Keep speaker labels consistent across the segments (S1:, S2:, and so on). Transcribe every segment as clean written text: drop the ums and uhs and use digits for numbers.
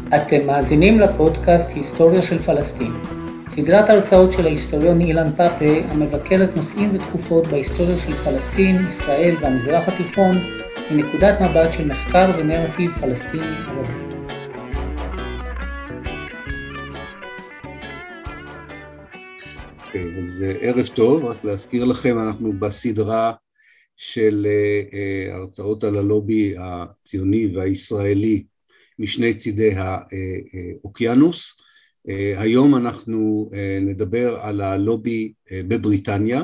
S1: אתם מאזינים לפודקאסט היסטוריה של פלסטין, סדרת הרצאות של ההיסטוריון אילן פאפה המבקרת נושאים ותקופות בהיסטוריה של פלסטין, ישראל והמזרח התיכון מנקודת מבט של מחקר ונרטיב פלסטיני ערבי.
S2: אז ערב טוב, רק להזכיר לכם, אנחנו בסדרה של הרצאות על הלובי הציוני והישראלי משני צידי האוקיינוס. היום אנחנו נדבר על הלובי בבריטניה,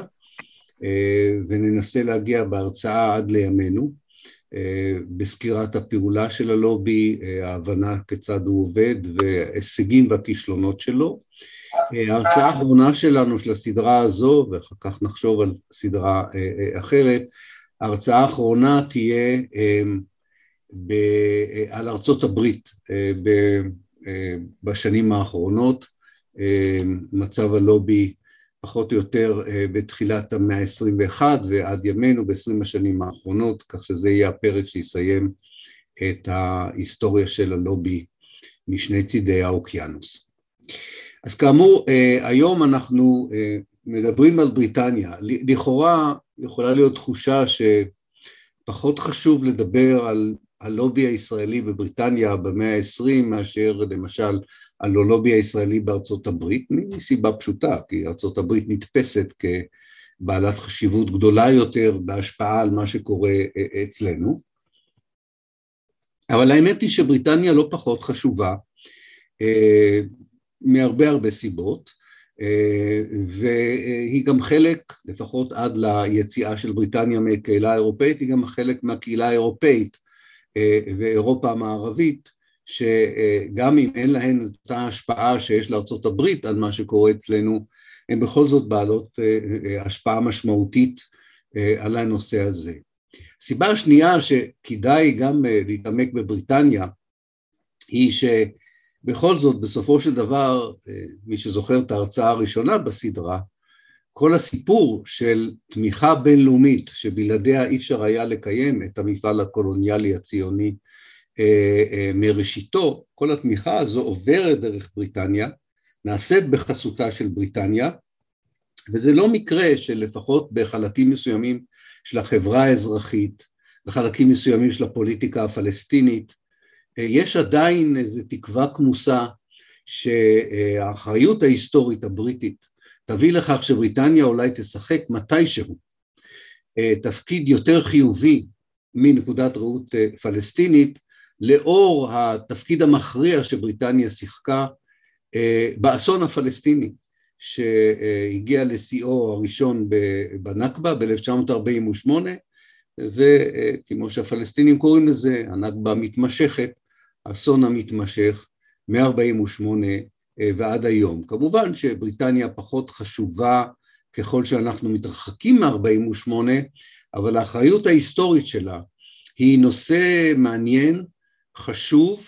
S2: וננסה להגיע בהרצאה עד לימינו, בסקירת הפעולה של הלובי, ההבנה כיצד הוא עובד וההישגים והכישלונות שלו. ההרצאה האחרונה שלנו של הסדרה הזו, ואחר כך נחשוב על סדרה אחרת, ההרצאה האחרונה תהיה על ארצות הברית בשנים האחרונות, מצב הלובי פחות או יותר בתחילת המאה ה-21 ועד ימינו ב-20 השנים האחרונות, כך שזה יהיה הפרק שיסיים את ההיסטוריה של הלובי משני צידי האוקיינוס. אז כאמור, היום אנחנו מדברים על בריטניה. לכאורה יכולה להיות תחושה שפחות חשוב לדבר על הלובי הישראלי בבריטניה במאה ה-20 מאשר למשל על הלובי הישראלי בארצות הברית, מסיבה פשוטה, כי ארצות הברית נתפסת כבעלת חשיבות גדולה יותר בהשפעה על מה שקורה אצלנו. אבל האמת היא שבריטניה לא פחות חשובה, מהרבה סיבות, והיא גם חלק, לפחות עד ליציאה של בריטניה מהקהילה האירופאית, היא גם חלק מהקהילה האירופאית ואירופה המערבית, שגם אם אין להן אותה השפעה שיש לארצות הברית על מה שקורה אצלנו, הן בכל זאת בעלות השפעה משמעותית על הנושא הזה. הסיבה השנייה שכדאי גם להתעמק בבריטניה, היא בכל זאת, בסופו של דבר, מי שזוכר את ההרצאה הראשונה בסדרה, כל הסיפור של תמיכה בינלאומית, שבלעדיה אי אפשר היה לקיים את המפעל הקולוניאלי הציוני מראשיתו, כל התמיכה הזו עוברת דרך בריטניה, נעשית בחסותה של בריטניה, וזה לא מקרה שלפחות בחלקים מסוימים של החברה האזרחית, בחלקים מסוימים של הפוליטיקה הפלסטינית, יש עדיין איזו תקווה כמוסה שהאחריות ההיסטורית הבריטית תביא לכך שבריטניה אולי תשחק מתישהו תפקיד יותר חיובי מנקודת ראות פלסטינית, לאור התפקיד המכריע שבריטניה שיחקה באסון הפלסטיני שהגיע לשיאו הראשון בנכבה ב-1948, וכמו שהפלסטינים קוראים לזה, הנכבה מתמשכת, האסון המתמשך מ-48 ועד היום. כמובן שבריטניה פחות חשובה ככל שאנחנו מתרחקים מ-48, אבל האחריות ההיסטורית שלה היא נושא מעניין, חשוב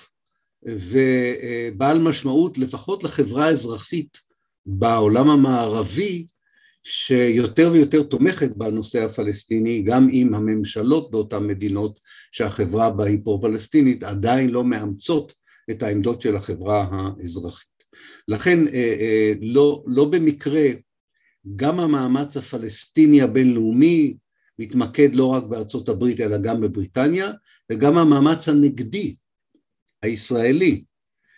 S2: ובעל משמעות לפחות לחברה האזרחית בעולם המערבי, שיותר ויותר תומכת בנושא הפלסטיני, גם אם הממשלות באותן מדינות שהחברה בה היא פרו-פלסטינית עדיין לא מאמצות את העמדות של החברה האזרחית. לכן לא במקרה גם המאמץ הפלסטיני הבינלאומי מתמקד לא רק בארצות הברית אלא גם בבריטניה, וגם המאמץ הנגדי הישראלי,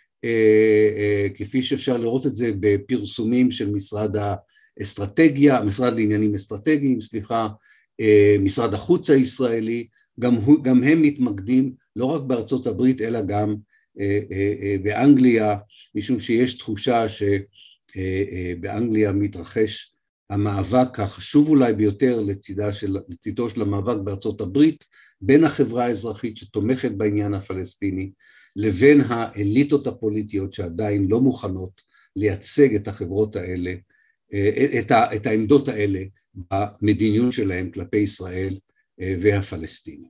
S2: כפי שאפשר לראות את זה בפרסומים של משרד לעניינים אסטרטגיים, משרד החוץ הישראלי, גם הם מתמקדים לא רק בארצות הברית אלא גם באנגליה, משום שיש תחושה שבאנגליה מתרחש המאבק החשוב אולי ביותר לצידו של המאבק בארצות הברית, בין החברה האזרחית שתומכת בעניין הפלסטיני, לבין האליטות הפוליטיות שעדיין לא מוכנות לייצג את החברות האלה, את העמדות האלה במדיניות שלהם כלפי ישראל והפלסטינים.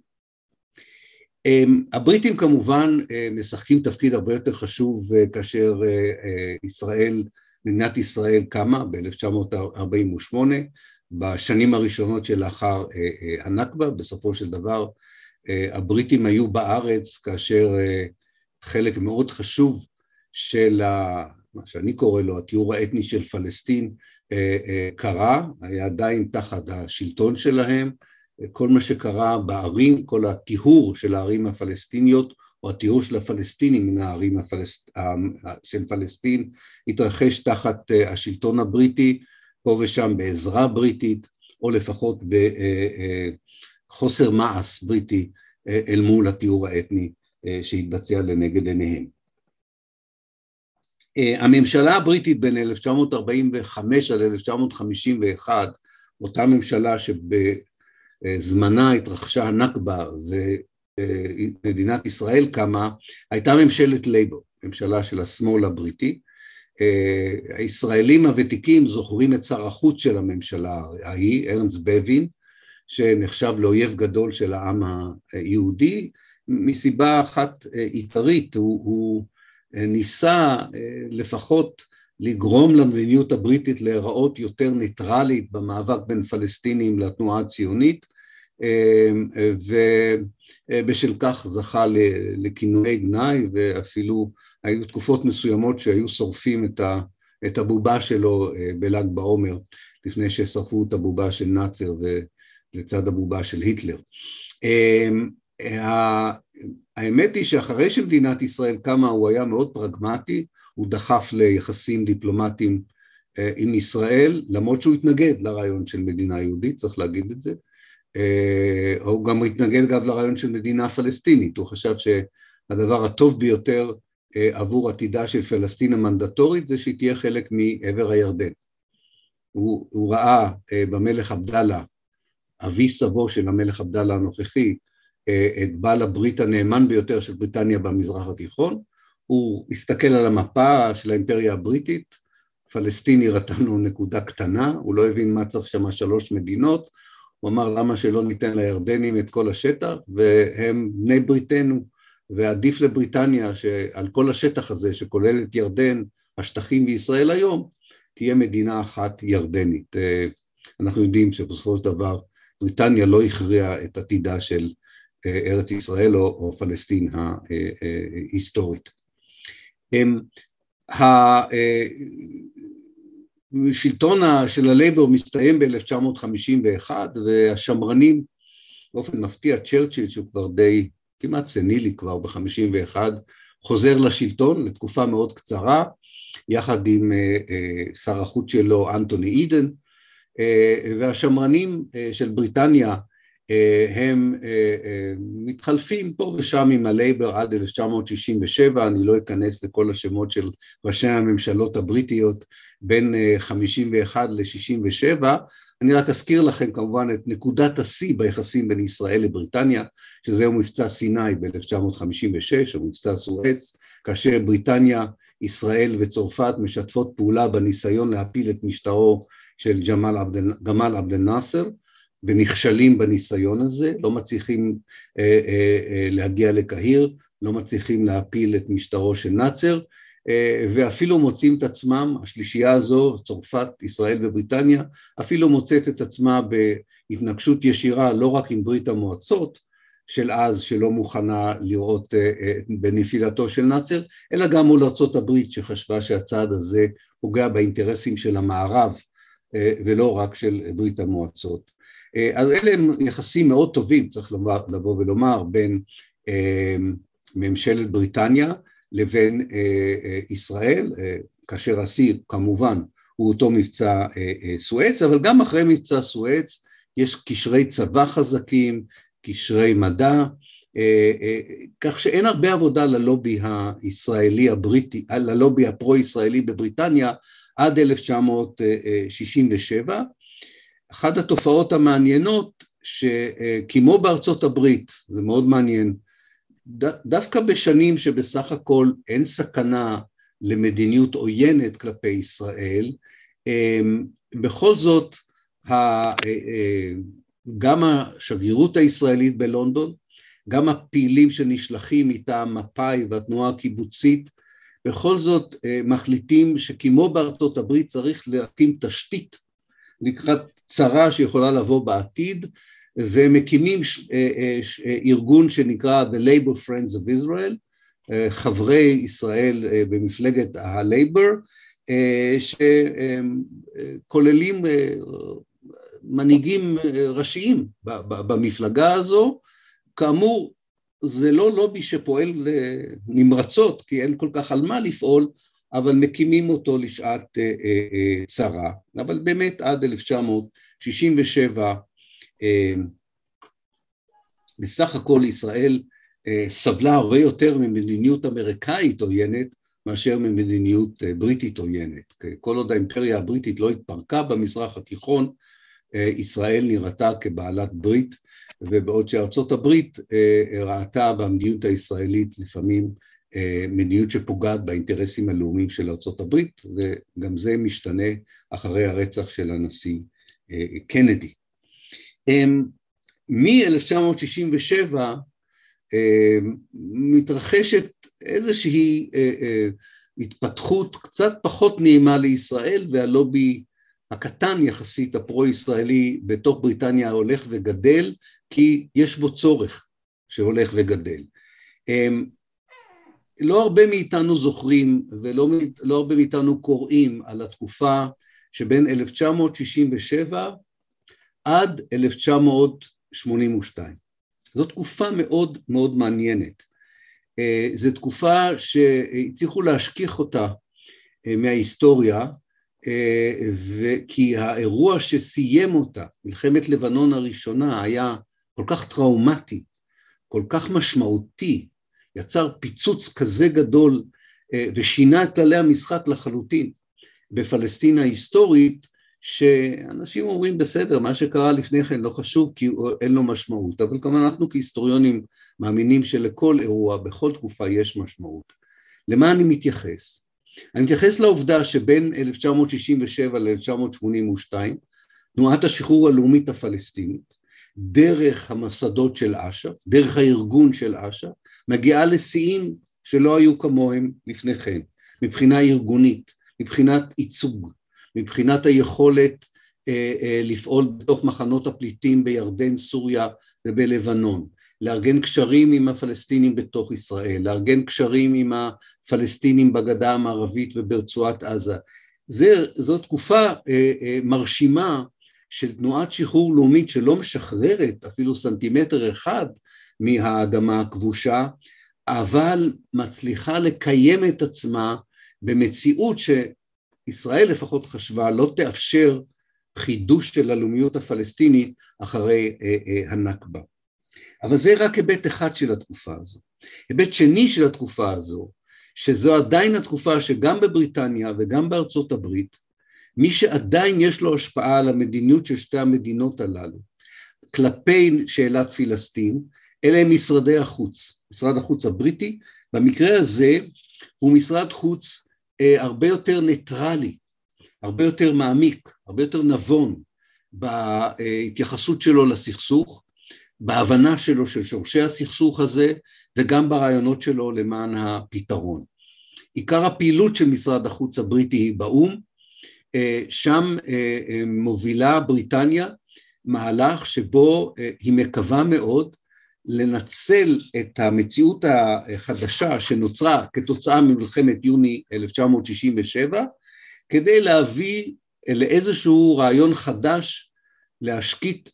S2: הבריטים כמובן משחקים תפקיד הרבה יותר חשוב כאשר מדינת ישראל קמה ב-1948, בשנים הראשונות שלאחר הנכבה. בסופו של דבר הבריטים היו בארץ כאשר חלק מאוד חשוב של מה שאני קורא לו התיאור האתני של פלסטין קרה, היה עדיין תחת השלטון שלהם, כל מה שקרה בערים, כל הטיהור של הערים הפלסטיניות, או הטיהור של הפלסטינים מן הערים של פלסטין, התרחש תחת השלטון הבריטי, פה ושם בעזרה בריטית, או לפחות בחוסר מעש בריטי אל מול הטיהור האתני שהתבצע לנגד עיניהם. הממשלה הבריטית בין 1945 עד 1951, אותה ממשלה שבזמנה התרחשה הנכבה ומדינת ישראל קמה, הייתה ממשלת לייבור, ממשלה של השמאל הבריטי. הישראלים הוותיקים זוכרים את שר החוץ של הממשלה ההיא, ארנסט בווין, שנחשב לאויב גדול של העם היהודי, מסיבה אחת עיקרית, הוא ניסה לפחות לגרום למדיניות הבריטית להיראות יותר ניטרלית במאבק בין פלסטינים לתנועה הציונית, ובשל כך זכה לכינויי גנאי, ואפילו היו תקופות מסוימות שהיו שורפים את הבובה שלו בל"ג בעומר, לפני ששרפו את הבובה של נאצר ולצד הבובה של היטלר. האמת היא שאחרי שמדינת ישראל קמה הוא היה מאוד פרגמטי, הוא דחף ליחסים דיפלומטיים עם ישראל, למרות שהוא התנגד לרעיון של מדינה יהודית, צריך להגיד את זה, הוא גם התנגד גם לרעיון של מדינה פלסטינית, הוא חשב שהדבר הטוב ביותר עבור עתידה של פלסטין המנדטורית זה שהיא תהיה חלק מעבר הירדן. הוא ראה במלך עבדאללה, אבי סבו של המלך עבדאללה הנוכחי, את בעל הברית הנאמן ביותר של בריטניה במזרח התיכון, הוא הסתכל על המפה של האימפריה הבריטית, פלסטין נראתה לו נקודה קטנה, הוא לא הבין מה צריך שם 3 מדינות, הוא אמר למה שלא ניתן לירדנים את כל השטח, והם בני בריתנו, ועדיף לבריטניה שעל כל השטח הזה שכולל את ירדן, השטחים בישראל היום, תהיה מדינה אחת ירדנית. אנחנו יודעים שבסופו של דבר בריטניה לא הכריעה את עתידה של ארץ ישראל או פלסטין ההיסטורית. השלטון של הלייבור מסתיים ב-1951, והשמרנים, באופן מפתיע, צ'רצ'יל, שהוא כבר די כמעט סנילי כבר ב-51, חוזר לשלטון לתקופה מאוד קצרה, יחד עם שר החוץ שלו אנטוני אידן, והשמרנים של בריטניה הם מתחלפים פה ושם עם הלייבר עד 1967, אני לא אכנס לכל השמות של ראשי הממשלות הבריטיות בין 51 ל-67, אני רק אזכיר לכם כמובן את נקודת השיא ביחסים בין ישראל לבריטניה, שזהו מבצע סיני ב-1956, או מבצע סואץ, כאשר בריטניה, ישראל וצרפת משתפות פעולה בניסיון להפיל את משטרו של גמל עבד אל-נאצר, ונכשלים בניסיון הזה, לא מצליחים להגיע לקהיר, לא מצליחים להפיל את משטרו של נאצר, ואפילו מוצאים את עצמם, השלישייה הזו, צרפת, ישראל ובריטניה, אפילו מוצאת את עצמה בהתנגשות ישירה, לא רק עם ברית המועצות של אז, שלא מוכנה לראות בנפילתו של נאצר, אלא גם מול ארצות הברית, שחשבה שהצעד הזה פוגע באינטרסים של המערב, ולא רק של ברית המועצות. אז אלה הם יחסים מאוד טובים, צריך לבוא ולומר, בין ממשלת בריטניה לבין ישראל, כאשר השיא כמובן הוא אותו מבצע סואץ, אבל גם אחרי מבצע סואץ יש קשרי צבא חזקים, קשרי מדע, כך שאין הרבה עבודה ללובי הישראלי הבריטי, ללובי הפרו-ישראלי בבריטניה עד 1967, אחת התופעות המעניינות שכמו בארצות הברית, זה מאוד מעניין, דווקא בשנים שבסך הכל אין סכנה למדיניות עוינת כלפי ישראל, בכל זאת גם השגרירות הישראלית בלונדון, גם הפעילים שנשלחים מטעם מפא"י והתנועה הקיבוצית, בכל זאת מחליטים שכמו בארצות הברית צריך להקים תשתית לקראת צרה שיכולה לבוא בעתיד, ומקימים ארגון שנקרא The Labor Friends of Israel, חברי ישראל במפלגת הלייבר, שכוללים מנהיגים ראשיים במפלגה הזו. כאמור, זה לא לובי שפועל נמרצות, כי אין כל כך על מה לפעול, אבל מקימים אותו לשעת צרה. אבל באמת עד 1967, בסך הכל ישראל סבלה הרבה יותר ממדיניות אמריקאית עוינת, מאשר ממדיניות בריטית עוינת. כל עוד האימפריה הבריטית לא התפרקה במזרח התיכון, ישראל נראתה כבעלת ברית, ובעוד שארצות הברית ראתה במדיניות הישראלית לפעמים מדיניות שפוגעת באינטרסים הלאומיים של ארצות הברית, וגם זה משתנה אחרי הרצח של הנשיא קנדי. מ-1967 מתרחשת איזושהי התפתחות קצת פחות נעימה לישראל, והלובי הקטן יחסית הפרו-ישראלי בתוך בריטניה הולך וגדל, כי יש בו צורך שהולך וגדל. לא הרבה מאיתנו זוכרים ולא הרבה מאיתנו קוראים על התקופה שבין 1967 עד 1982. זו תקופה מאוד מאוד מעניינת. זו תקופה שהצליחו להשכיח אותה מההיסטוריה, כי האירוע שסיים אותה, מלחמת לבנון הראשונה, היה כל כך טראומטי, כל כך משמעותי, יצר פיצוץ כזה גדול ושינה את כללי המשחק לחלוטין בפלסטין ההיסטורית, שאנשים אומרים בסדר, מה שקרה לפני כן לא חשוב כי אין לו משמעות, אבל כמובן אנחנו כהיסטוריונים מאמינים שלכל אירוע בכל תקופה יש משמעות. למה אני מתייחס? אני מתייחס לעובדה שבין 1967 ל-1982 תנועת השחרור הלאומית הפלסטינית דרך המסדות של אש"ף, דרך הארגון של אש"ף, מגיעה לשיאים שלא היו כמוהם לפני כן, מבחינה ארגונית, מבחינת ייצוג, מבחינת היכולת לפעול בתוך מחנות הפליטים בירדן, סוריה ובלבנון, לארגן קשרים עם הפלסטינים בתוך ישראל, לארגן קשרים עם הפלסטינים בגדה המערבית וברצועת עזה. זו תקופה מרשימה של תנועת שחרור לאומית שלא משחררת אפילו סנטימטר אחד מהאדמה הכבושה, אבל מצליחה לקיים את עצמה במציאות שישראל לפחות חשבה לא תאפשר חידוש של הלאומיות הפלסטינית אחרי הנכבה. אבל זה רק היבט אחד של התקופה הזו. היבט שני של התקופה הזו, שזו עדיין התקופה שגם בבריטניה וגם בארצות הברית, מי שעדיין יש לו השפעה על המדיניות של שתי המדינות הללו, כלפי שאלת פלסטין, אלה הם משרדי החוץ. משרד החוץ הבריטי, במקרה הזה, הוא משרד חוץ הרבה יותר ניטרלי, הרבה יותר מעמיק, הרבה יותר נבון, בהתייחסות שלו לסכסוך, בהבנה שלו של שורשי הסכסוך הזה, וגם ברעיונות שלו למען הפתרון. עיקר הפעילות של משרד החוץ הבריטי היא באום, שם מובילה בריטניה מהלך שבו היא מקווה מאוד לנצל את המציאות החדשה שנוצרה כתוצאה ממלחמת יוני 1967, כדי להביא לאיזשהו רעיון חדש להשקיט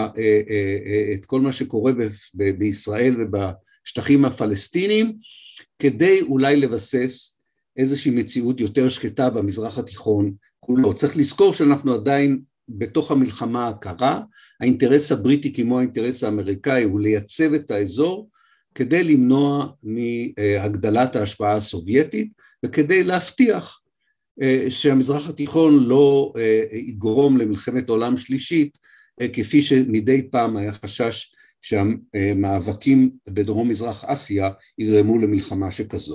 S2: את כל מה שקורה בישראל ובשטחים הפלסטיניים, כדי אולי לבסס איזושהי מציאות יותר שקטה במזרח התיכון כולו. צריך לזכור שאנחנו עדיין בתוך המלחמה הקרה, האינטרס הבריטי כמו האינטרס האמריקאי הוא לייצב את האזור, כדי למנוע מהגדלת ההשפעה הסובייטית, וכדי להבטיח שהמזרח התיכון לא יגרום למלחמת עולם שלישית, כפי שמדי פעם היה חשש שהמאבקים בדרום מזרח אסיה יגרמו למלחמה שכזו.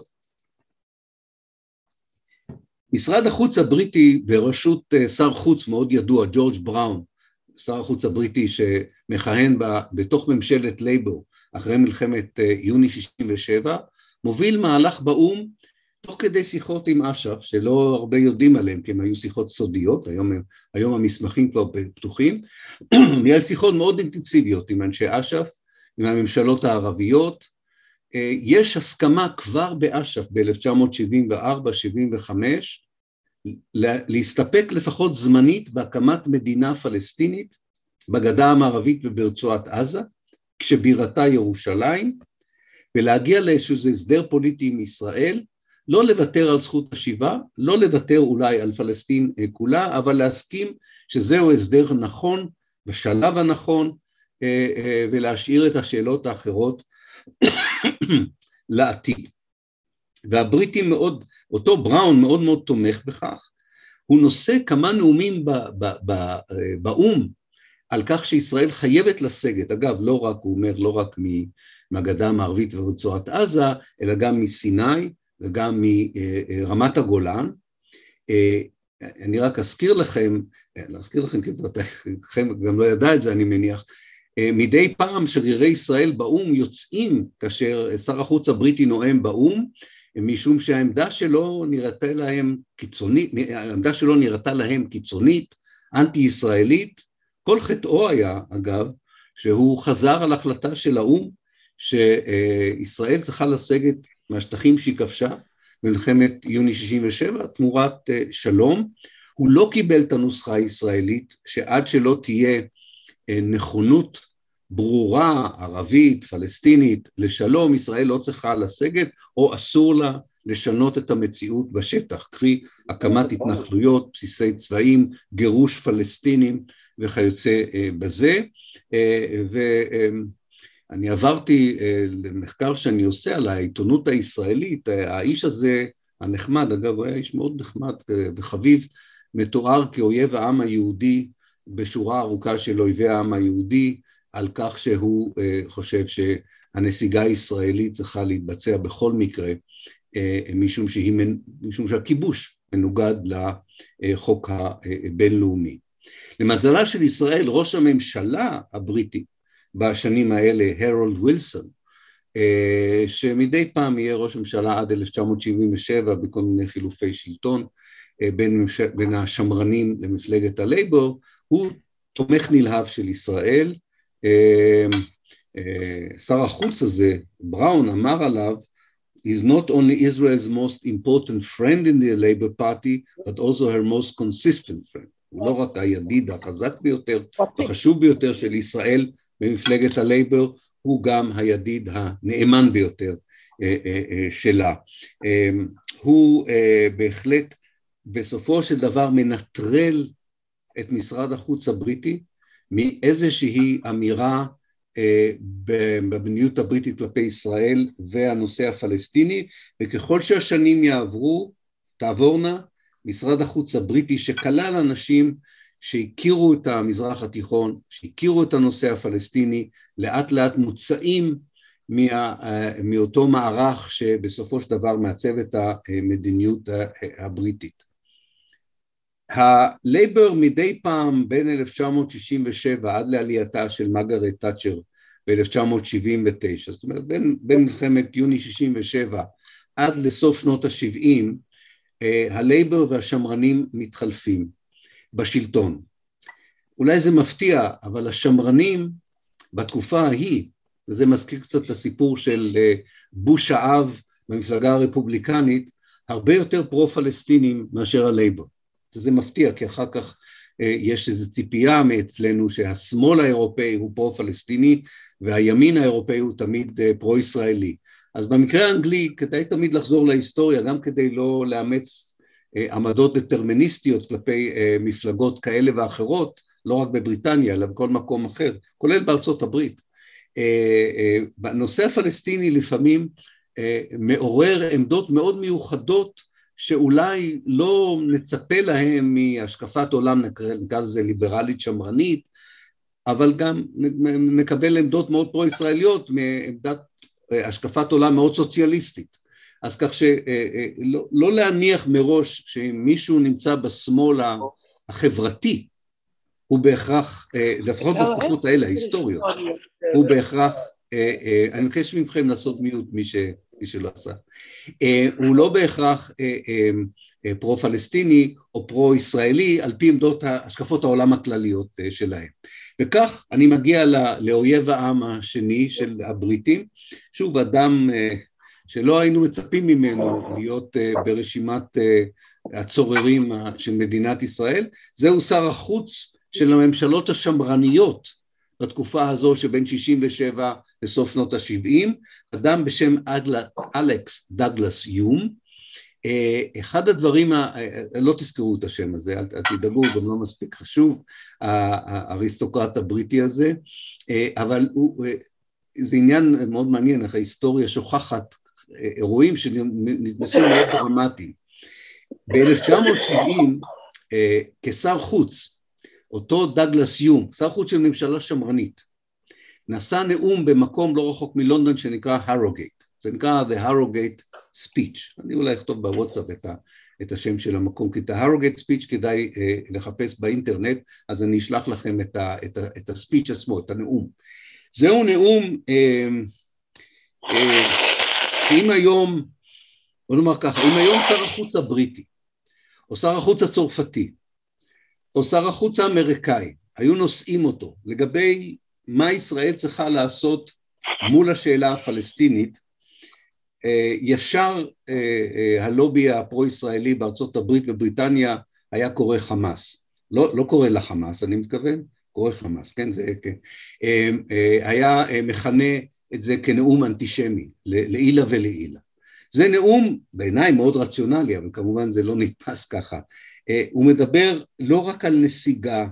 S2: משרד החוץ הבריטי בראשות שר חוץ מאוד ידוע, ג'ורג' בראון, שר החוץ הבריטי שמכהן בתוך ממשלת לייבור אחרי מלחמת יוני 67, מוביל מהלך באום תוך כדי שיחות עם אש"ף, שלא הרבה יודעים עליהם, כי הם היו שיחות סודיות, היום המסמכים כבר פתוחים, ניהל שיחות מאוד אינטנסיביות עם אנשי אש"ף, עם הממשלות הערביות, יש הסכמה כבר באש"ף ב-1974-75 להסתפק לפחות זמנית בהקמת מדינה פלסטינית בגדה המערבית וברצועת עזה, כשבירתה ירושלים, ולהגיע לאיזשהו הסדר פוליטי עם ישראל, לא לוותר על זכות השיבה, לא לוותר אולי על פלסטין כולה, אבל להסכים שזהו הסדר נכון, בשלב הנכון, ולהשאיר את השאלות האחרות לעתיד. והבריטים מאוד, אותו בראון מאוד מאוד תומך בכך, הוא נושא כמה נאומים באום, על כך שישראל חייבת לסגת, אגב לא רק, הוא אומר לא רק מהגדה המערבית ורצועת עזה, אלא גם מסיני וגם מרמת הגולן. אני רק אזכיר לכם, כי אתם גם לא ידע את זה אני מניח, מדי פעם שגרירי ישראל באום יוצאים כאשר שר החוץ הבריטי נואם באום, משום שהעמדה שלו נראתה להם קיצונית, אנטי ישראלית. כל חטאו היה אגב שהוא חזר על החלטה של האום שישראל צריכה לסגת מהשטחים שהיא כבשה במלחמת יוני 67 תמורת שלום. הוא לא קיבל את הנוסחה הישראלית שעד שלא תהיה נכונות ברורה ערבית פלסטינית לשלום ישראל לא צריכה לסגת או אסור לה לשנות את המציאות בשטח, קרי הקמת התנחלויות, בסיסי צבאים, גירוש פלסטינים וכיוצא בזה. ואני עברתי למחקר שאני עושה על העיתונות הישראלית, האיש הזה הנחמד, אגב הוא היה איש מאוד נחמד וחביב, מתואר כאויב העם היהודי בשורה ארוכה של אויבי העם היהודי, על כך שהוא חושב שהנסיגה הישראלית צריכה להתבצע בכל מקרה, משום שהכיבוש מנוגד לחוק הבינלאומי. למזלה של ישראל, ראש הממשלה הבריטי בשנים האלה, הרולד ווילסון, שמדי פעם יהיה ראש ממשלה עד 1977 בכל מיני חילופי שלטון, בין השמרנים למפלגת הלייבור, הוא תומך נלהב של ישראל. שר החוץ הזה, בראון, אמר עליו, is not only Israel's most important friend in the Labour Party, but also her most consistent friend. הוא לא רק הידיד החזק ביותר, החשוב ביותר של ישראל במפלגת הלייבר, הוא גם הידיד הנאמן ביותר שלה. הוא בהחלט בסופו של דבר מנטרל את משרד החוץ הבריטי מאיזושהי אמירה במדיניות הבריטית כלפי ישראל והנושא הפלסטיני, וככל שהשנים תעבורנה, משרד החוץ הבריטי שכלל אנשים שהכירו את המזרח התיכון, שהכירו את הנושא הפלסטיני, לאט לאט מוצאים מאותו מערך שבסופו של דבר מעצב את המדיניות הבריטית. הלייבר מדי פעם בין 1967 עד לעלייתה של מרגרט תאצ'ר ב-1979, זאת אומרת בין מלחמת יוני 67 עד לסוף שנות ה-70, הלייבר והשמרנים מתחלפים בשלטון. אולי זה מפתיע, אבל השמרנים בתקופה ההיא, וזה מזכיר קצת את הסיפור של בוש האב במפלגה הרפובליקנית, הרבה יותר פרו-פלסטינים מאשר הלייבר. זה מפתיע, כי אחר כך יש איזו ציפייה מאצלנו שהשמאל האירופאי הוא פרו-פלסטיני, והימין האירופאי הוא תמיד פרו-ישראלי. אז במקרה האנגלי כדאי תמיד לחזור להיסטוריה, גם כדי לא לאמץ עמדות דטרמיניסטיות כלפי מפלגות כאלה ואחרות, לא רק בבריטניה, אלא בכל מקום אחר, כולל בארצות הברית. בנושא הפלסטיני לפעמים מעורר עמדות מאוד מיוחדות, שאולי לא נצפה להם מהשקפת עולם, נקרא לזה ליברלית שמרנית, אבל גם נקבל עמדות מאוד פרו-ישראליות מעמדת השקפת עולם מאוד סוציאליסטית. אז כך שלא להניח מראש שמישהו נמצא בשמאל החברתי, הוא בהכרח, לפחות בתקופות האלה, ההיסטוריות, הוא בהכרח, אני מבקש מכם לעשות מיוט מי שלא עשה, הוא לא בהכרח פרו-פלסטיני או פרו-ישראלי על פי עמדות השקפות העולם הכלליות שלהם. וכך אני מגיע לאויב העם השני של הבריטים, שוב אדם שלא היינו מצפים ממנו להיות ברשימת הצוררים של מדינת ישראל, זהו שר החוץ של הממשלות השמרניות בתקופה הזו שבין 67 לסוף שנות ה-70, אדם בשם אלכס דאגלס יום. אחד הדברים, לא תזכרו את השם הזה, אל תדאגו, גם לא מספיק חשוב, האריסטוקרט הבריטי הזה, אבל זה עניין מאוד מעניין, איך ההיסטוריה שוכחת אירועים שנתנסו מאוד דרמטיים. ב-1970, כשר חוץ, אותו דאגלס יום, שר חוץ של ממשלה שמרנית, נשא נאום במקום לא רחוק מלונדון שנקרא הרוגייט, זה נקרא The Harrogate Speech, אני אולי אכתוב בוואטסאפ את השם של המקום, כי את ה-Harrogate Speech כדאי לחפש באינטרנט, אז אני אשלח לכם את הספיץ' עצמו, את הנאום. זהו נאום, אם היום, בוא נאמר ככה, אם היום שר החוץ הבריטי, או שר החוץ הצרפתי, או שר החוץ האמריקאי, היו נושאים אותו לגבי מה ישראל צריכה לעשות מול השאלה הפלסטינית, ישר הלובי הפרו-ישראלי בארצות הברית ובריטניה היה קורא חמאס, לא קורא לחמאס, אני מתכוון, קורא חמאס, כן, זה היה מכנה את זה כנאום אנטישמי, לעילה ולעילה. זה נאום בעיניי מאוד רציונלי, אבל כמובן זה לא נתפס ככה. הוא מדבר לא רק על נסיגה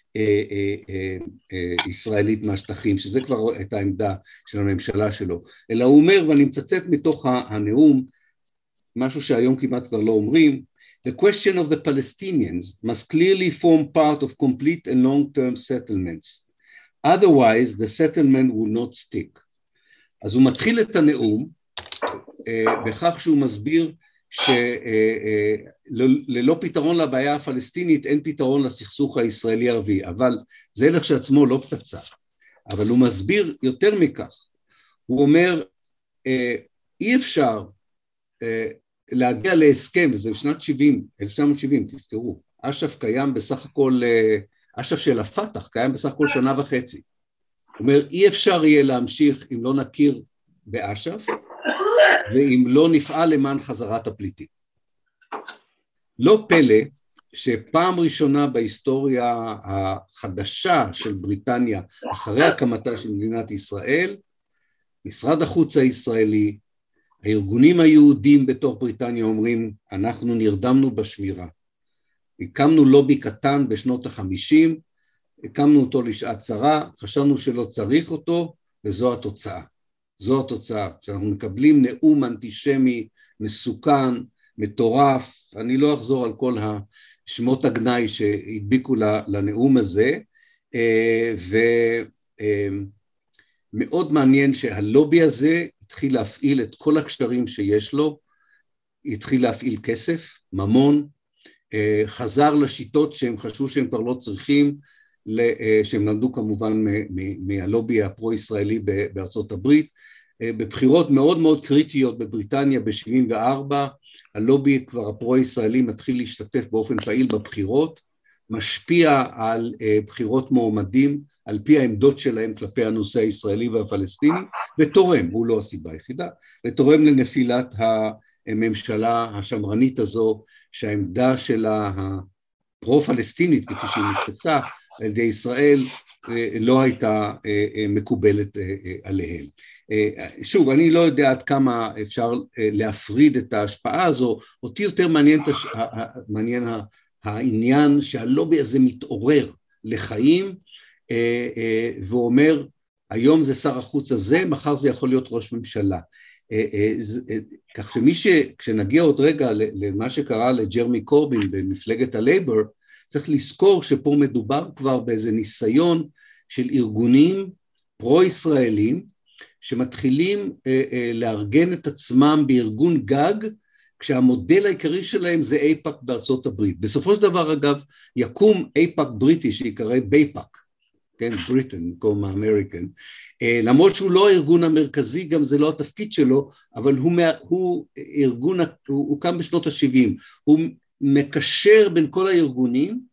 S2: ישראלית מהשטחים, שזה כבר הייתה העמדה של הממשלה שלו, אלא הוא אומר, ואני מצטט מתוך הנאום, משהו שהיום כמעט כבר לא אומרים, The question of the Palestinians must clearly form part of complete and long-term settlements. Otherwise, the settlement will not stick. אז הוא מתחיל את הנאום, בכך שהוא מסביר שללא פתרון לבעיה הפלסטינית אין פתרון לסכסוך הישראלי-ערבי, אבל זה לכשעצמו לא פצצה, אבל הוא מסביר יותר מכך, הוא אומר אי אפשר להגיע להסכם, וזה בשנת 1970, תזכרו, אש"ף קיים בסך הכל, אש"ף של הפתח קיים בסך הכל שנה וחצי, הוא אומר אי אפשר יהיה להמשיך אם לא נכיר באש"ף, ואם לא נפעל למען חזרת הפליטים. לא פלא שפעם ראשונה בהיסטוריה החדשה של בריטניה, אחרי הקמתה של מדינת ישראל, משרד החוץ הישראלי, הארגונים היהודים בתוך בריטניה אומרים, אנחנו נרדמנו בשמירה. הקמנו לובי קטן בשנות ה-50, הקמנו אותו לשעת צרה, חשבנו שלא צריך אותו, וזו התוצאה. זו התוצאה, שאנחנו מקבלים נאום אנטישמי, מסוכן, מטורף, אני לא אחזור על כל השמות הגנאי שהדביקו לנאום הזה, ומאוד מעניין שהלובי הזה התחיל להפעיל את כל הקשרים שיש לו, התחיל להפעיל כסף, ממון, חזר לשיטות שהם חשבו שהם כבר לא צריכים, שהם למדו כמובן מהלובי הפרו-ישראלי בארצות הברית, בבחירות מאוד מאוד קריטיות בבריטניה ב-74, הלובי כבר הפרו-ישראלי מתחיל להשתתף באופן פעיל בבחירות, משפיע על בחירות מועמדים, על פי העמדות שלהם כלפי הנושא הישראלי והפלסטיני, ותורם, הוא לא הסיבה היחידה, ותורם לנפילת הממשלה השמרנית הזו, שהעמדה שלה הפרו-פלסטינית, כפי שהיא נתפסה, על ידי ישראל לא הייתה מקובלת עליהם. שוב, אני לא יודע עד כמה אפשר להפריד את ההשפעה הזו, אותי יותר מעניין העניין שהלובי הזה מתעורר לחיים, והוא אומר, היום זה שר החוץ הזה, מחר זה יכול להיות ראש ממשלה. כך כשנגיע עוד רגע למה שקרה לג'רמי קורבין במפלגת הלייבר, צריך לזכור שפה מדובר כבר באיזה ניסיון של ארגונים פרו-ישראלים, שמתחילים לארגן את עצמם בארגון גג, כשהמודל העיקרי שלהם זה אייפאק בארצות הברית. בסופו של דבר אגב, יקום אייפאק בריטי שיקרא בייפאק, כן, בריטן, במקום האמריקן, למרות שהוא לא הארגון המרכזי, גם זה לא התפקיד שלו, אבל הוא ארגון, הוא קם בשנות ה-70, הוא מקשר בין כל הארגונים,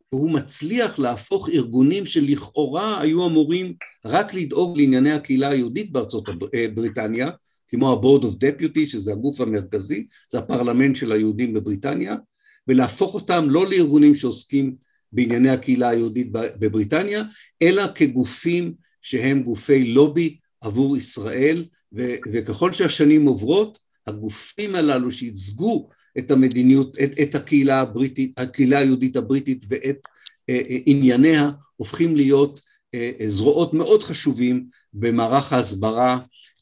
S2: והוא מצליח להפוך ארגונים שלכאורה היו אמורים רק לדאוג לענייני הקהילה היהודית בארצות בריטניה, כמו ה-Board of Deputy, שזה הגוף המרכזי, זה הפרלמנט של היהודים בבריטניה, ולהפוך אותם לא לארגונים שעוסקים בענייני הקהילה היהודית בבריטניה, אלא כגופים שהם גופי לובי עבור ישראל, וככל שהשנים עוברות, הגופים הללו שייצגו את המדיניות, את הקהילה הבריטית, הקהילה היהודית הבריטית ואת ענייניה, הופכים להיות זרועות מאוד חשובים במערך ההסברה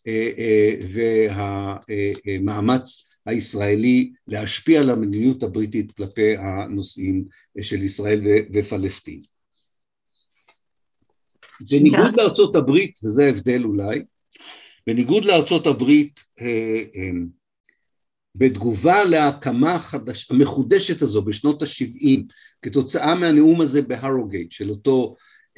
S2: והמאמץ הישראלי להשפיע על המדיניות הבריטית כלפי הנושאים של ישראל ופלסטין. בניגוד לארצות הברית, וזה ההבדל אולי, בניגוד לארצות הברית, בתגובה להקמה המחודשת הזו בשנות ה-70, כתוצאה מהנאום הזה בהרוגייט של אותו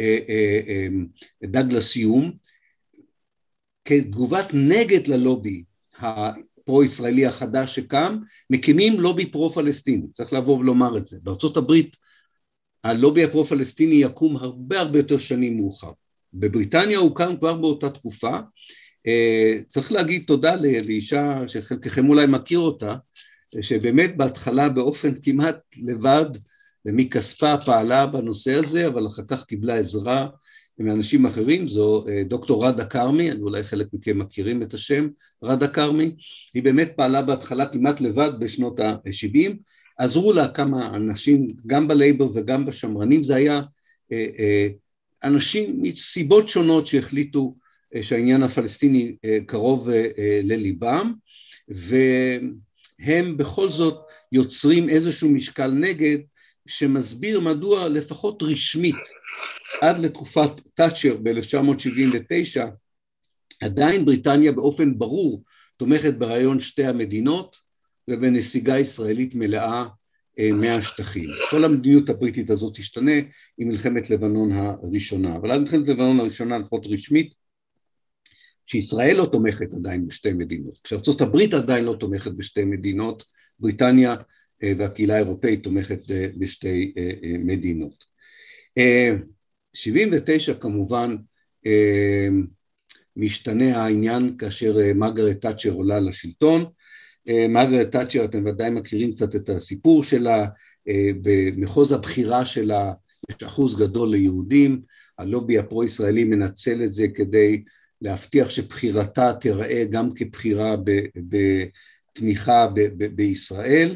S2: דגלס יום, כתגובת נגד ללובי הפרו-ישראלי החדש שקם, מקימים לובי פרו-פלסטיני, צריך לבוא ולומר את זה. בארצות הברית הלובי הפרו-פלסטיני יקום הרבה יותר שנים מאוחר. בבריטניה הוא קם כבר באותה תקופה, צריך להגיד תודה לאישה שחלקכם אולי מכיר אותה, שבאמת בהתחלה באופן כמעט לבד ומכספה פעלה בנושא הזה, אבל אחר כך קיבלה עזרה מאנשים אחרים, זו דוקטור רדה קרמי, אולי חלק מכם מכירים את השם, רדה קרמי, היא באמת פעלה בהתחלה כמעט לבד בשנות ה-70, עזרו לה כמה אנשים, גם בלייבר וגם בשמרנים, זה היה אנשים מסיבות שונות שהחליטו שהעניין הפלסטיני קרוב לליבם, והם בכל זאת יוצרים איזשהו משקל נגד, שמסביר מדוע לפחות רשמית, עד לתקופת תאצ'ר ב-1979, עדיין בריטניה באופן ברור תומכת ברעיון שתי המדינות, ובנסיגה ישראלית מלאה מהשטחים. כל המדיניות הבריטית הזאת תשתנה עם מלחמת לבנון הראשונה, אבל עד מלחמת לבנון הראשונה, לפחות רשמית, שישראל לא תומכת עדיין בשתי מדינות, כשארצות הברית עדיין לא תומכת בשתי מדינות, בריטניה והקהילה האירופאית תומכת בשתי מדינות. 79 כמובן משתנה העניין כאשר מרגרט תאצ'ר עולה לשלטון, מרגרט תאצ'ר אתם ודאי מכירים קצת את הסיפור שלה, במחוז הבחירה שלה יש אחוז גדול ליהודים, הלובי הפרו-ישראלי מנצל את זה כדי להבטיח שבחירתה תיראה גם כבחירה בתמיכה בישראל.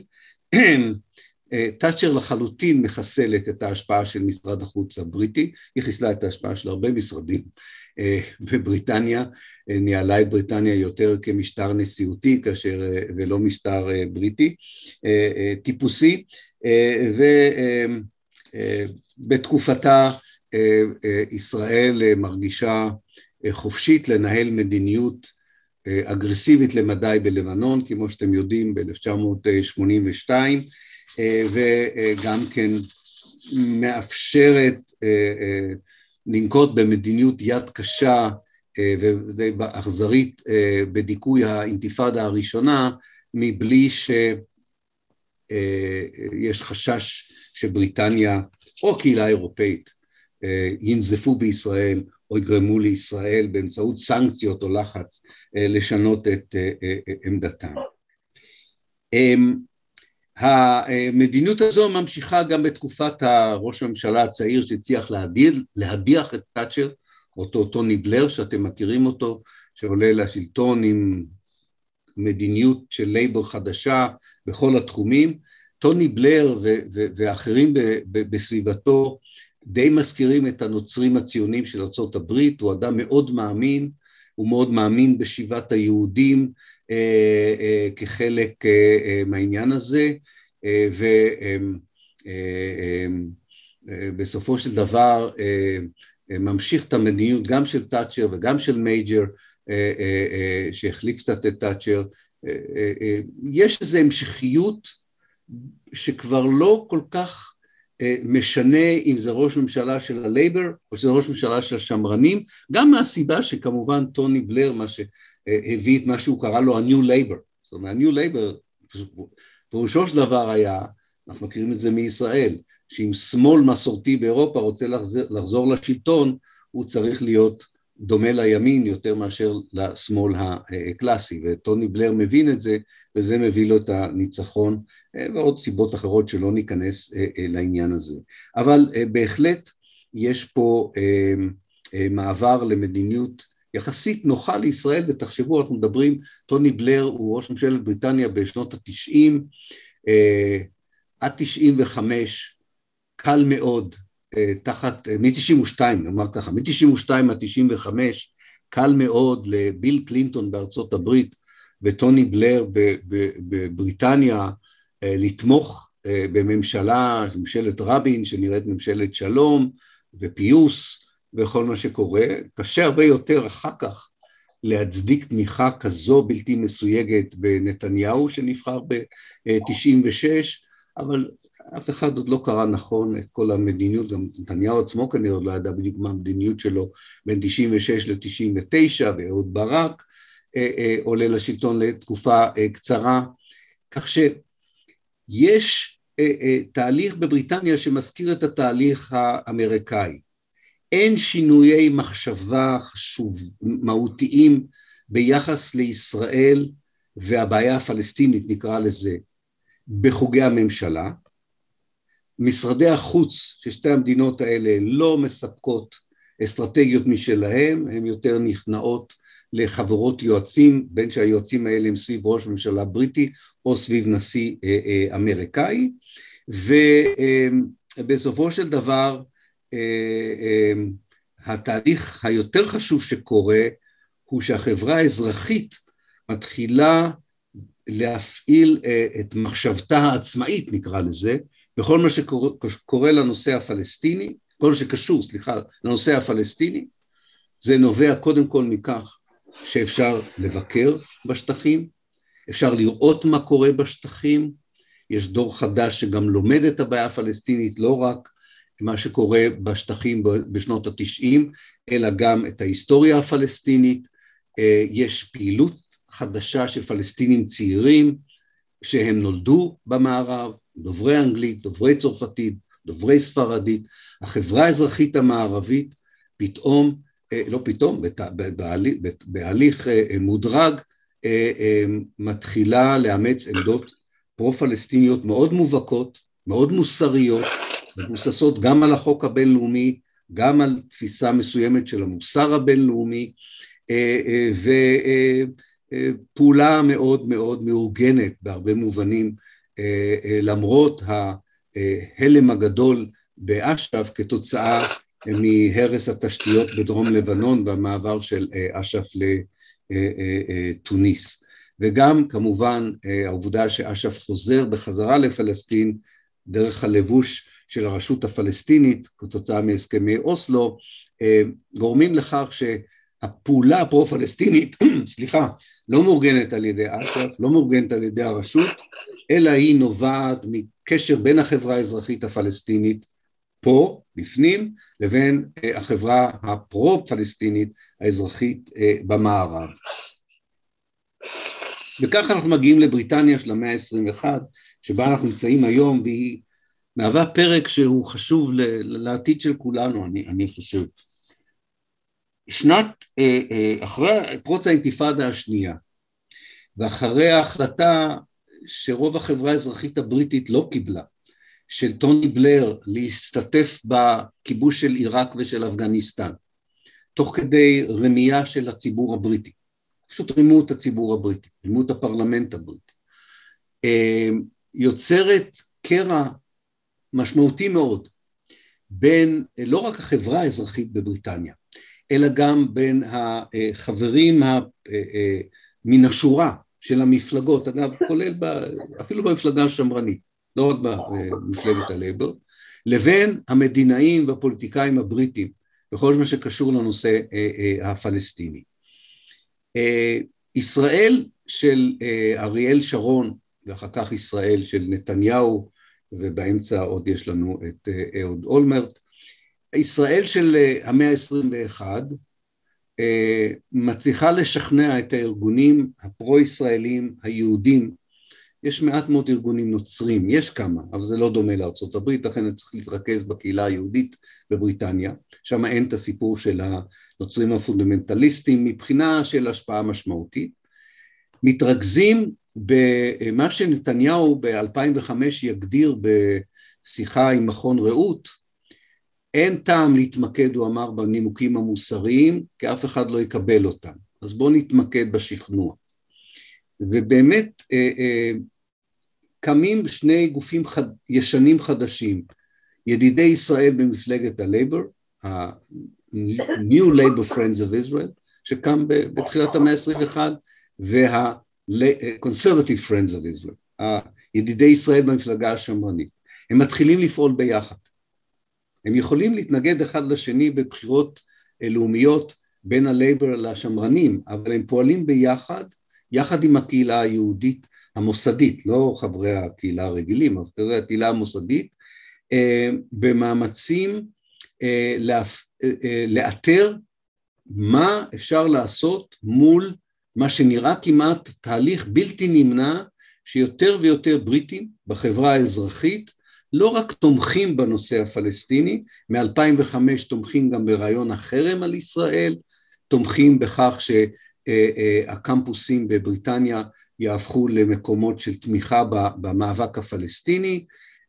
S2: תאצ'ר לחלוטין מחסלת את ההשפעה של משרד החוץ הבריטי, היא חיסלה את ההשפעה של הרבה משרדים בבריטניה, ניהלה את בריטניה יותר כמשטר נשיאותי ולא משטר בריטי, טיפוסי, ובתקופתה ישראל מרגישה חופשית לנהל מדיניות אגרסיבית למדי בלבנון, כמו שאתם יודעים ב-1982, וגם כן מאפשרת לנקוט במדיניות יד קשה ודי אכזרית בדיכוי האינתיפאדה הראשונה, מבלי שיש חשש שבריטניה או קהילה אירופאית ינזפו בישראל או יגרמו לישראל באמצעות סנקציות או לחץ לשנות את עמדתם. המדיניות הזו ממשיכה גם בתקופת ראש הממשלה הצעיר שהצליח להדיח את תאצ'ר, אותו טוני בלר שאתם מכירים אותו, שעולה לשלטון עם מדיניות של לייבר חדשה בכל התחומים. טוני בלר ואחרים בסביבתו די מזכירים את הנוצרים הציונים של ארצות הברית, הוא אדם מאוד מאמין, הוא מאוד מאמין בשיבת היהודים כחלק מהעניין הזה, ובסופו של דבר ממשיך את המדיניות גם של תאצ'ר וגם של מייג'ר, שהחליק קצת את תאצ'ר. יש איזו המשכיות שכבר לא כל כך משנה אם זה ראש ממשלה של הלייבר או שזה ראש ממשלה של השמרנים, גם מהסיבה שכמובן טוני בלר מה שהביא את מה שהוא קרא לו ה-New Labor, זאת אומרת ה-New Labor פירושו של דבר היה, אנחנו מכירים את זה מישראל, שאם שמאל מסורתי באירופה רוצה לחזור לשלטון, הוא צריך להיות דומה לימין יותר מאשר לשמאל הקלאסי, וטוני בלר מבין את זה, וזה מביא לו את הניצחון, ועוד סיבות אחרות שלא ניכנס לעניין הזה. אבל בהחלט יש פה מעבר למדיניות יחסית נוחה לישראל, ותחשבו, אנחנו מדברים, טוני בלר הוא ראש ממשלת בריטניה בשנות ה-90, עד 95, קל מאוד, תחת, מ-92, נאמר ככה, מ-92 עד 95, קל מאוד לביל קלינטון בארצות הברית, וטוני בלר בבריטניה, לתמוך בממשלה, ממשלת רבין, שנראית ממשלת שלום, ופיוס, וכל מה שקורה. קשה הרבה יותר אחר כך, להצדיק תמיכה כזו בלתי מסויגת בנתניהו, שנבחר ב-96, אבל אף אחד עוד לא קרא נכון את כל המדיניות, גם נתניהו עצמו כנראה לא ידע בדיוק מה המדיניות שלו בין 96 ל-99, ואהוד ברק עולה לשלטון לתקופה קצרה, כך שיש תהליך בבריטניה שמזכיר את התהליך האמריקאי. אין שינויי מחשבה מהותיים ביחס לישראל והבעיה הפלסטינית, נקרא לזה, בחוגי הממשלה. משרדי החוץ של שתי המדינות האלה לא מספקות אסטרטגיות משלהם, הן יותר נכנעות לחברות יועצים, בין שהיועצים האלה הם סביב ראש ממשלה בריטי או סביב נשיא אמריקאי, ובסופו של דבר התהליך היותר חשוב שקורה הוא שהחברה האזרחית מתחילה להפעיל את מחשבתה העצמאית, נקרא לזה, בכל מה שקורה לנושא הפלסטיני, כל מה שקשור, לנושא הפלסטיני. זה נובע קודם כל מכך שאפשר לבקר בשטחים, אפשר לראות מה קורה בשטחים, יש דור חדש שגם לומד את הבעיה הפלסטינית, לא רק מה שקורה בשטחים בשנות ה-90, אלא גם את ההיסטוריה הפלסטינית. יש פעילות חדשה של פלסטינים צעירים, שהם נולדו במערב, דוברי אנגלית, דוברי צרפתית, דוברי ספרדית. החברה האזרחית המערבית פתאום, לא פתאום, בהליך מודרג, מתחילה לאמץ עמדות פרו-פלסטיניות מאוד מובהקות, מאוד מוסריות, מבוססות גם על החוק הבינלאומי, גם על תפיסה מסוימת של המוסר הבינלאומי, ופעולה מאוד מאוד מאורגנת בהרבה מובנים, למרות ההלם הגדול באש"ף כתוצאה מהרס התשתיות בדרום לבנון והמעבר של אש"ף לתוניס. וגם כמובן העובדה שאש"ף חוזר בחזרה לפלסטין דרך הלבוש של הרשות הפלסטינית כתוצאה מהסכמי אוסלו, גורמים לכך שהפעולה הפרו-פלסטינית, לא מאורגנת על ידי אש"ף, לא מאורגנת על ידי הרשות, אלא היא נובעת מקשר בין החברה האזרחית הפלסטינית פה, בפנים, לבין החברה הפרו-פלסטינית האזרחית במערב. וכך אנחנו מגיעים לבריטניה של המאה ה-21, שבה אנחנו נמצאים היום, והיא מהווה פרק שהוא חשוב לעתיד של כולנו, אני חושב. אחרי פרוץ האינתיפאדה השנייה, ואחרי ההחלטה שרוב החברה האזרחית הבריטית לא קיבלה, של טוני בלר להשתתף בכיבוש של עיראק ושל אפגניסטן, תוך כדי רמייה של הציבור הבריטי, פשוט רימו את הציבור הבריטי, רימו את הפרלמנט הבריטי, יוצרת קרע משמעותי מאוד בין לא רק החברה האזרחית בבריטניה, אלא גם בין החברים מן השורה של המפלגות, אגב, כולל אפילו במפלגה השמרנית, לא רק במפלגת הלייבור, לבין המדינאים והפוליטיקאים הבריטים, בכל מה שקשור לנושא הפלסטיני. ישראל של אריאל שרון, ואחר כך ישראל של נתניהו, ובאמצע עוד יש לנו את אהוד אולמרט, ישראל של המאה ה-21 מצליחה לשכנע את הארגונים הפרו-ישראלים היהודים יש מעט מאוד ארגונים נוצרים, יש כמה, אבל זה לא דומה לארצות הברית, לכן צריך להתרכז בקהילה היהודית בבריטניה, שם אין את הסיפור של הנוצרים הפונדמנטליסטים, מבחינה של השפעה משמעותית, מתרכזים במה שנתניהו ב-2005 יגדיר בשיחה עם מכון רעות, אין טעם להתמקד, הוא אמר, בנימוקים המוסריים, כי אף אחד לא יקבל אותם, אז בואו נתמקד בשכנוע. ובאמת קמים שני גופים ישנים חדשים, ידידי ישראל במפלגת הלייבר, ה-New Labor Friends of Israel, שקם בתחילת המאה ה-21, וה-Conservative Friends of Israel, ידידי ישראל במפלגה השמרנית. הם מתחילים לפעול ביחד. הם יכולים להתנגד אחד לשני בבחירות לאומיות בין הלייבר לשמרנים, אבל הם פועלים ביחד, יחד עם הקהילה היהודית המוסדית, לא חברי הקהילה הרגילים, אבל חברי הקהילה המוסדית, במאמצים לאתר מה אפשר לעשות מול מה שנראה כמעט תהליך בלתי נמנע, שיותר ויותר בריטים בחברה האזרחית, לא רק תומכים בנושא הפלסטיני, מ-2005 תומכים גם ברעיון החרם על ישראל, תומכים בכך שהקמפוסים בבריטניה יהפכו למקומות של תמיכה במאבק הפלסטיני,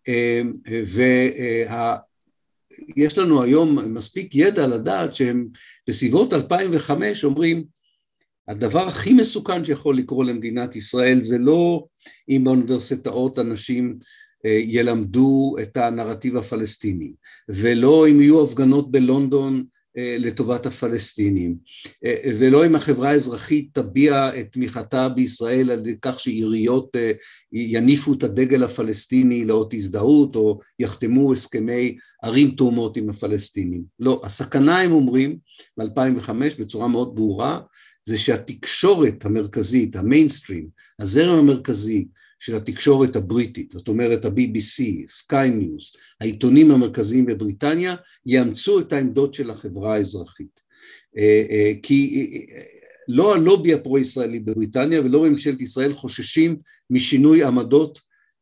S2: ויש לנו היום מספיק ידע לדעת שהם בסביבות 2005 אומרים, הדבר הכי מסוכן שיכול לקרות למדינת ישראל זה לא אם באוניברסיטאות אנשים ילמדו את הנרטיב הפלסטיני, ולא אם יהיו הפגנות בלונדון לטובת הפלסטינים, ולא אם החברה האזרחית תביע את תמיכתה בישראל על כך שעיריות יניפו את הדגל הפלסטיני לאות הזדהות, או יחתמו הסכמי ערים תאומות עם הפלסטינים. לא, הסכנה הם אומרים ב-2005 בצורה מאוד ברורה, זה שהתקשורת המרכזית, המיינסטרים, הזרם המרכזי של התקשורת הבריטית, זאת אומרת ה-BBC, סקיי ניוז, העיתונים המרכזיים בבריטניה, יאמצו את העמדות של החברה האזרחית. כי לא הלובי הפרו-ישראלי בבריטניה ולא ממשלת ישראל חוששים משינוי עמדות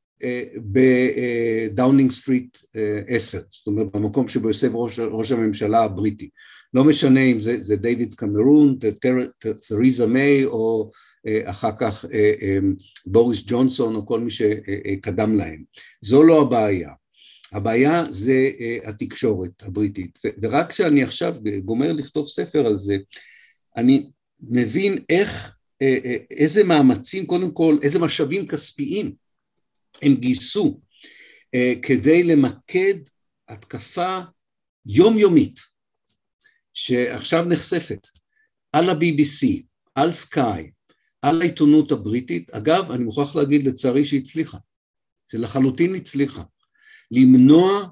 S2: בדאונינג סטריט 10, זאת אומרת במקום שבו יושב ראש הממשלה הבריטי. לא משנה אם זה דיוויד קמרון, תרזה מיי, או אחר כך בוריס ג'ונסון, או כל מי שקדם להם. זו לא הבעיה. הבעיה זה התקשורת הבריטית. ורק כשאני עכשיו גומר לכתוב ספר על זה, אני מבין איזה מאמצים, קודם כל, איזה משאבים כספיים הם גייסו כדי למקד התקפה יומיומית, שעכשיו נחשפת על ה-BBC, על סקאי, על העיתונות הבריטית. אגב, אני מוכרח להגיד לצערי שהצליחה, שלחלוטין הצליחה, למנוע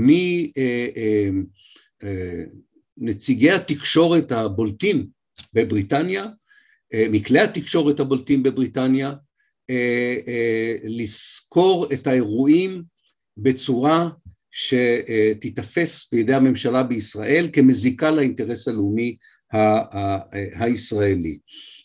S2: מנציגי התקשורת הבולטים בבריטניה, מכלי התקשורת הבולטים בבריטניה, לזכור את האירועים בצורה שתתפס בידי הממשלה בישראל כמזיקה לאינטרס הלאומי הישראלי.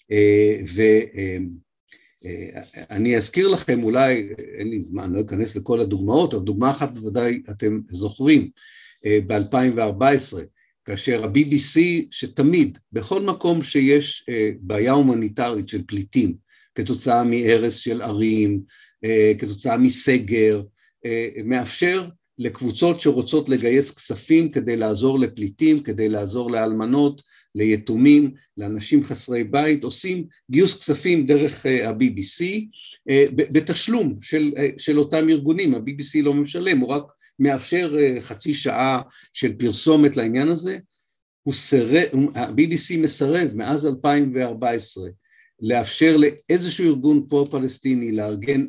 S2: ואני אזכיר לכם, אולי אין לי זמן, לא אכנס לכל הדוגמאות, אבל דוגמה אחת בוודאי אתם זוכרים, ב-2014, כאשר ה-BBC שתמיד, בכל מקום שיש בעיה הומניטרית של פליטים, כתוצאה מהרס של ערים, כתוצאה מסגר, מאפשר לקבוצות שרוצות לגייס כספים כדי לעזור לפליטים, כדי לעזור לאלמנות, ליתומים, לאנשים חסרי בית, עושים גיוס כספים דרך ה-BBC בתשלום של אותם ארגונים. ה-BBC לא משלם, הוא רק מאפשר חצי שעה של פרסומת לעניין הזה. ה-BBC מסרב מאז 2014 לאפשר לאיזשהו ארגון פרו-פלסטיני לארגן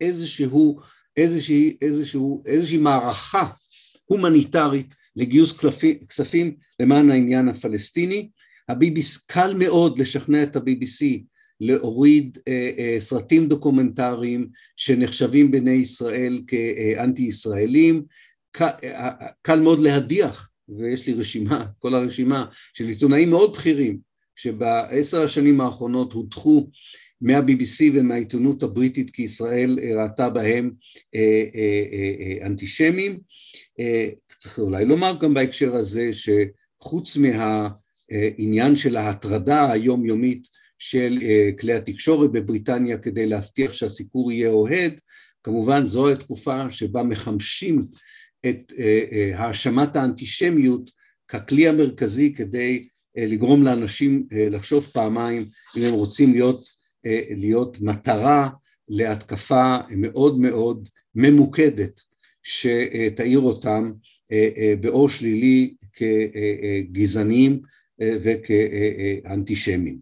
S2: איזושהי מערכה הומניטרית לגיוס כספים למען העניין הפלסטיני. ה-BBC, קל מאוד לשכנע את ה-BBC להוריד סרטים דוקומנטריים שנחשבים בעיני ישראל כאנטי ישראלים, קל מאוד להדיח, ויש לי רשימה, כל הרשימה של עיתונאים מאוד בכירים, שב10 השנים האחרונות הודחו מה-BBC ומהעיתונות הבריטית, כי ישראל ראתה בהם אנטישמים. צריך אולי לומר גם בהקשר הזה שחוץ מהעניין של ההטרדה היומיומית של כלי התקשורת בבריטניה כדי להבטיח שהסיקור יהיה אוהד, כמובן זו התקופה שבה מחמשים את האשמת האנטישמיות ככלי המרכזי כדי לגרום לאנשים לחשוב פעמיים אם הם רוצים להיות מטרה להתקפה מאוד מאוד ממוקדת שתאיר אותם באור שלילי כגזענים וכאנטישמים.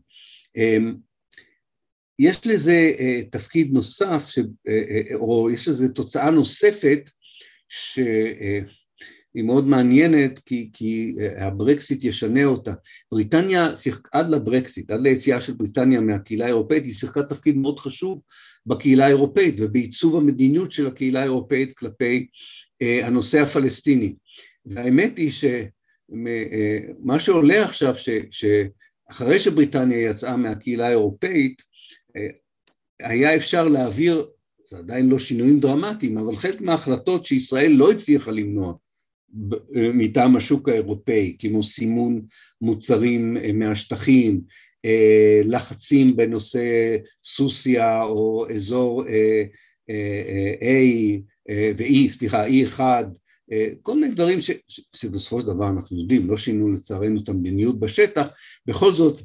S2: יש לזה תפקיד נוסף, או יש לזה תוצאה נוספת שהיא מאוד מעניינת, כי הברקסיט ישנה אותה. בריטניה, עד לברקסיט, עד ליציאה של בריטניה מהקהילה האירופאית, היא שיחקה תפקיד מאוד חשוב בקהילה האירופאית, ובעיצוב המדיניות של הקהילה האירופאית כלפי הנושא הפלסטיני. והאמת היא שמה שעולה עכשיו, שאחרי שבריטניה יצאה מהקהילה האירופאית, היה אפשר להעביר, זה עדיין לא שינויים דרמטיים, אבל חלק מההחלטות שישראל לא הצליחה למנוע מטעם השוק האירופאי, כמו סימון מוצרים מהשטחים, לחצים בנושא סוסיה או אזור E1, כל מיני דברים שבסופו של דבר אנחנו יודעים, לא שינו לצערנו את המדיניות בשטח, בכל זאת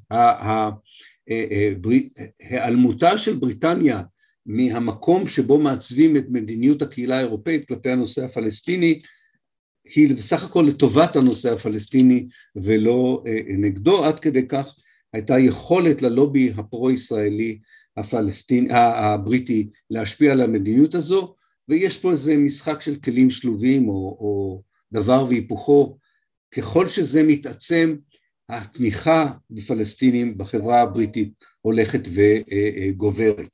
S2: העלמותה של בריטניה מהמקום שבו מעצבים את מדיניות הקהילה האירופאית כלפי הנושא הפלסטיני, היא בסך הכל לטובת הנושא הפלסטיני ולא נגדו, עד כדי כך הייתה יכולת ללובי הפרו-ישראלי הבריטי להשפיע על המדיניות הזו, ויש פה איזה משחק של כלים שלובים או דבר והיפוכו, ככל שזה מתעצם, התמיכה בפלסטינים בחברה הבריטית הולכת וגוברת.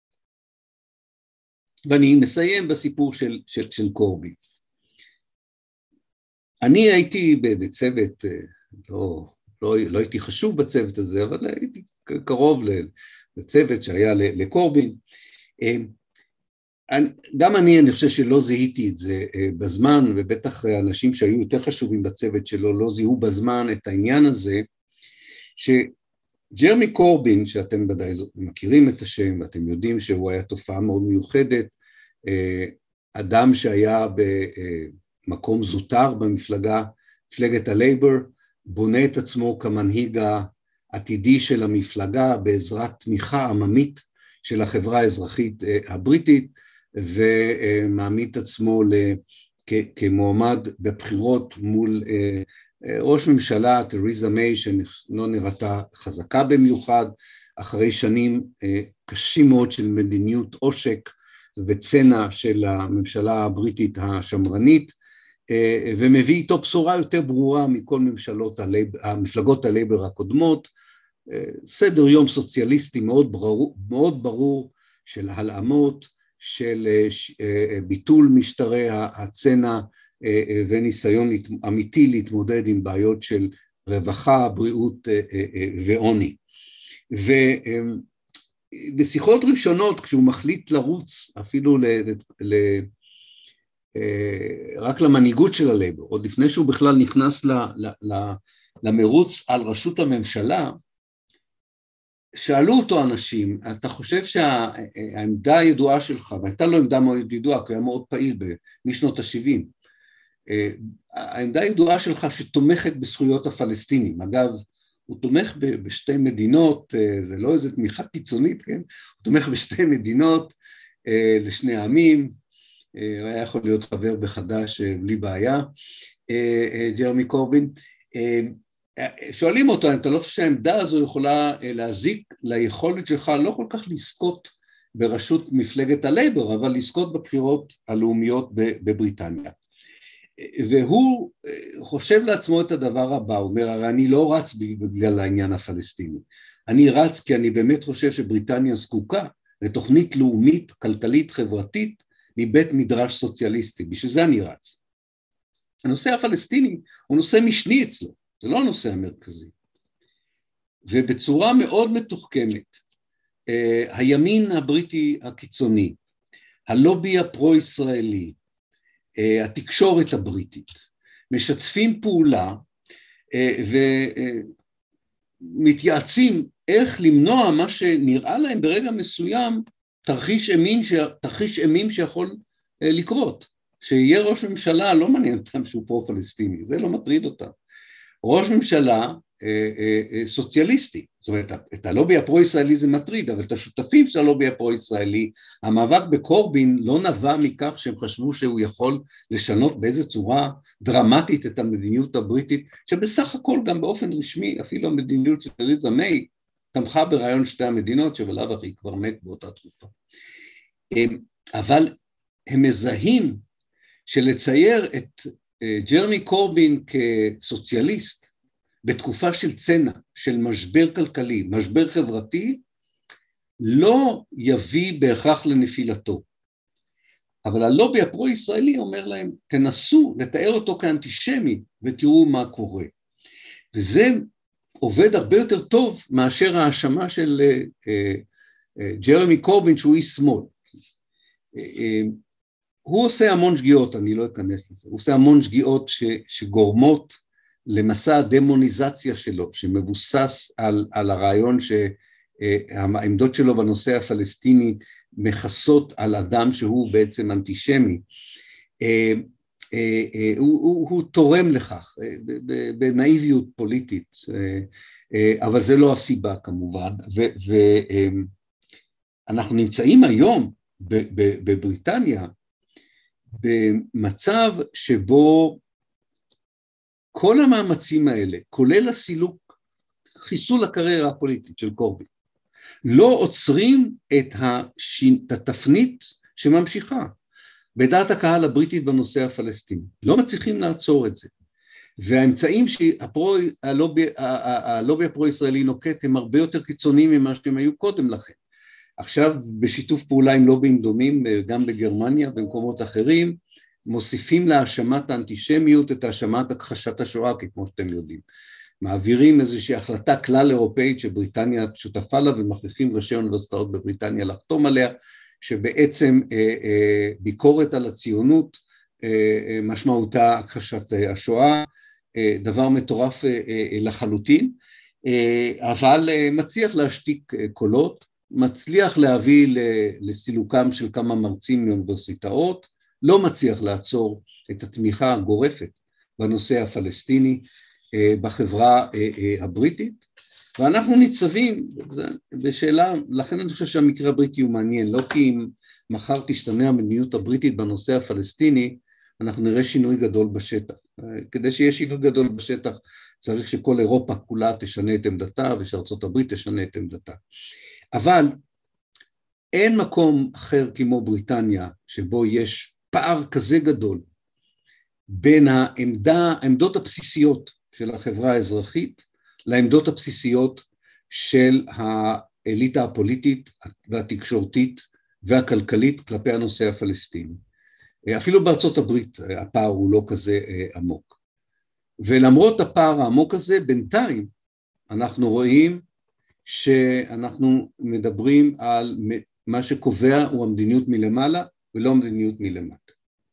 S2: ואני מסיים בסיפור של קורבי. אני הייתי בצוות, לא הייתי חשוב בצוות הזה, אבל הייתי קרוב לצוות שהיה לקורבין. גם אני חושב שלא זיהיתי את זה בזמן, ובטח אנשים שהיו יותר חשובים בצוות שלו לא זיהו בזמן את העניין הזה, שג'רמי קורבין, שאתם ודאי מכירים את השם, ואתם יודעים שהוא היה תופעה מאוד מיוחדת, אדם שהיה במקום זוטר במפלגה, מפלגת הלייבר, בונה את עצמו כמנהיג העתידי של המפלגה, בעזרת תמיכה עממית של החברה האזרחית הבריטית, ומעמיד את עצמו כמועמד בבחירות מול ראש ממשלה, תריזה מיי, שלא נראתה חזקה במיוחד, אחרי שנים קשים מאוד של מדיניות עושק וצנע של הממשלה הבריטית השמרנית, ומביא איתו בשורה יותר ברורה מכל המפלגות הלייבר הקודמות, סדר יום סוציאליסטי מאוד ברור של הלאמות, של ביטול משטרי הצנע וניסיון אמיתי להתמודד עם בעיות של רווחה, בריאות ועוני. ובשיחות ראשונות, כשהוא מחליט לרוץ אפילו רק למנהיגות של הלייבר, עוד לפני שהוא בכלל נכנס למרוץ על ראשות הממשלה, שאלו אותו אנשים, אתה חושב שהעמדה הידועה שלך, והייתה לו עמדה מאוד ידועה, כי הוא היה מאוד פעיל משנות ה-70, העמדה הידועה שלך שתומכת בזכויות הפלסטינים, אגב, הוא תומך בשתי מדינות, זה לא איזו תמיכה קיצונית, כן? הוא תומך בשתי מדינות, לשני עמים, הוא היה יכול להיות חבר בחדש בלי בעיה, ג'רמי קורבין, שואלים אותו, אם אתה לא חושב שהעמדה הזו יכולה להזיק ליכולת שלך לא כל כך לזכות בראשות מפלגת הלייבר, אבל לזכות בבחירות הלאומיות בבריטניה. והוא חושב לעצמו את הדבר הבא, הוא אומר, הרי אני לא רץ בגלל העניין הפלסטיני, אני רץ כי אני באמת חושב שבריטניה זקוקה לתוכנית לאומית, כלכלית, חברתית, מבית מדרש סוציאליסטי, בשביל זה אני רץ. הנושא הפלסטיני הוא נושא משני אצלו, זה לא הנושא המרכזי. ובצורה מאוד מתוחכמת, הימין הבריטי הקיצוני, הלובי הפרו-ישראלי, התקשורת הבריטית, משתפים פעולה ומתייעצים איך למנוע מה שנראה להם ברגע מסוים תרחיש אימים שיכול לקרות, שיהיה ראש ממשלה, לא מעניין אותם שהוא פרו-פלסטיני, זה לא מטריד אותם, ראש ממשלה סוציאליסטי, זאת אומרת, את הלובי הפרו-ישראלי זה מטריד, אבל את השותפים של הלובי הפרו-ישראלי, המאבק בקורבין לא נבע מכך שהם חשבו שהוא יכול לשנות באיזה צורה דרמטית את המדיניות הבריטית, שבסך הכל גם באופן רשמי, אפילו המדיניות של תרזה מיי, תמכה ברעיון שתי המדינות, שבלאו הכי כבר מת באותה תקופה. אבל הם מזהים שלצייר את ג'רמי קורבין כסוציאליסט, בתקופה של צנע, של משבר כלכלי, משבר חברתי, לא יביא בהכרח לנפילתו. אבל הלובי הפרו-ישראלי אומר להם, תנסו לתאר אותו כאנטישמי, ותראו מה קורה. וזה עובד הרבה יותר טוב מאשר ההאשמה של ג'רמי קורבין שהוא איש שמאל. הוא עושה המון שגיאות, אני לא אכנס לזה, הוא עושה המון שגיאות שגורמות למסע הדמוניזציה שלו, שמבוסס על הרעיון שהעמדות שלו בנושא הפלסטיני מכסות על אדם שהוא בעצם אנטישמי. הוא תורם לכך בנאיביות פוליטית, אבל זה לא הסיבה כמובן, ואנחנו נמצאים היום בבריטניה במצב שבו כל המאמצים האלה, כולל חיסול הקריירה הפוליטית של קורבין, לא עוצרים את התפנית שממשיכה בדעת הקהל הבריטית בנושא הפלסטיני. לא מצליחים לעצור את זה. והאמצעים שהלובי הפרו-ישראלי נוקט הם הרבה יותר קיצוניים ממה שהם היו קודם לכן. עכשיו בשיתוף פעולה עם לובים דומים, גם בגרמניה, במקומות אחרים, מוסיפים להאשמת האנטישמיות את האשמת הכחשת השואה, כמו שאתם יודעים. מעבירים איזושהי החלטה כלל אירופאית שבריטניה שותפה לה, ומכריחים ראשי אוניברסיטאות בבריטניה לחתום עליה, שבעצם ביקורת על הציונות, משמעותה הכחשת השואה, דבר מטורף לחלוטין, אבל מצליח להשתיק קולות, מצליח להביא לסילוקם של כמה מרצים מאוניברסיטאות, לא מצליח לעצור את התמיכה הגורפת בנושא הפלסטיני בחברה הבריטית, ואנחנו ניצבים בשאלה, לכן אני חושב שהמקרה הבריטי הוא מעניין, לא כי אם מחר תשתנה המדיניות הבריטית בנושא הפלסטיני, אנחנו נראה שינוי גדול בשטח. כדי שיהיה שינוי גדול בשטח, צריך שכל אירופה כולה תשנה את עמדתה, ושארצות הברית תשנה את עמדתה. אבל אין מקום אחר כמו בריטניה, שבו יש פער כזה גדול, בין העמדות הבסיסיות של החברה האזרחית, לעמדות הבסיסיות של האליטה הפוליטית והתקשורתית והכלכלית כלפי הנושא הפלסטיני. אפילו בארצות הברית הפער הוא לא כזה עמוק. ולמרות הפער העמוק הזה, בינתיים אנחנו רואים שאנחנו מדברים על מה שקובע הוא המדיניות מלמעלה ולא המדיניות מלמטה.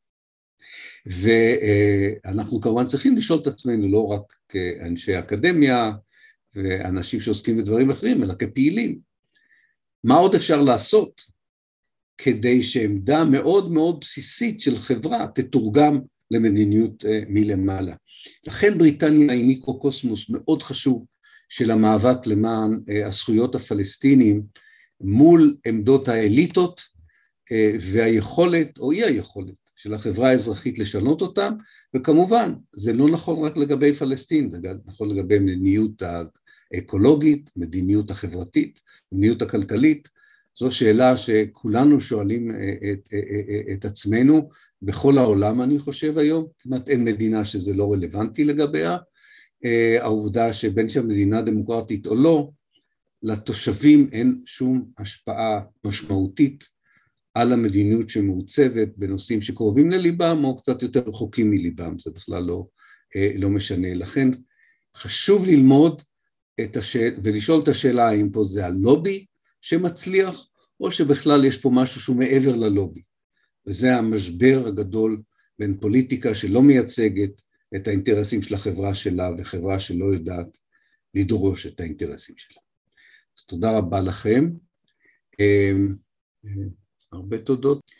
S2: ואנחנו כמובן צריכים לשאול את עצמנו לא רק כאנשי אקדמיה ואנשים שעוסקים בדברים אחרים, אלא כפעילים. מה עוד אפשר לעשות כדי שעמדה מאוד מאוד בסיסית של חברה תתורגם למדיניות מלמעלה? לכן בריטניה היא מיקרוקוסמוס מאוד חשוב של המאבק למען הזכויות הפלסטינים מול עמדות האליטות והיכולת או אי היכולת של החברה האזרחית לשנות אותם, וכמובן זה לא נכון רק לגבי פלסטין, זה נכון לגבי מדיניות האקולוגית, מדיניות החברתית, מדיניות הכלכלית. זו שאלה שכולנו שואלים את עצמנו בכל העולם, אני חושב היום, כמעט אין מדינה שזה לא רלוונטי לגביה, העובדה שבין שהמדינה דמוקרטית או לא, לתושבים אין שום השפעה משמעותית על המדיניות שמעוצבת בנושאים שקרובים לליבם או קצת יותר רחוקים מליבם, זה בכלל לא משנה. לכן חשוב ללמוד ולשאול את השאלה האם פה זה הלובי שמצליח, או שבכלל יש פה משהו שהוא מעבר ללובי. וזה המשבר הגדול בין פוליטיקה שלא מייצגת את האינטרסים של החברה שלה, וחברה שלא יודעת לדרוש את האינטרסים שלה. אז תודה רבה לכם. הרבה תודות.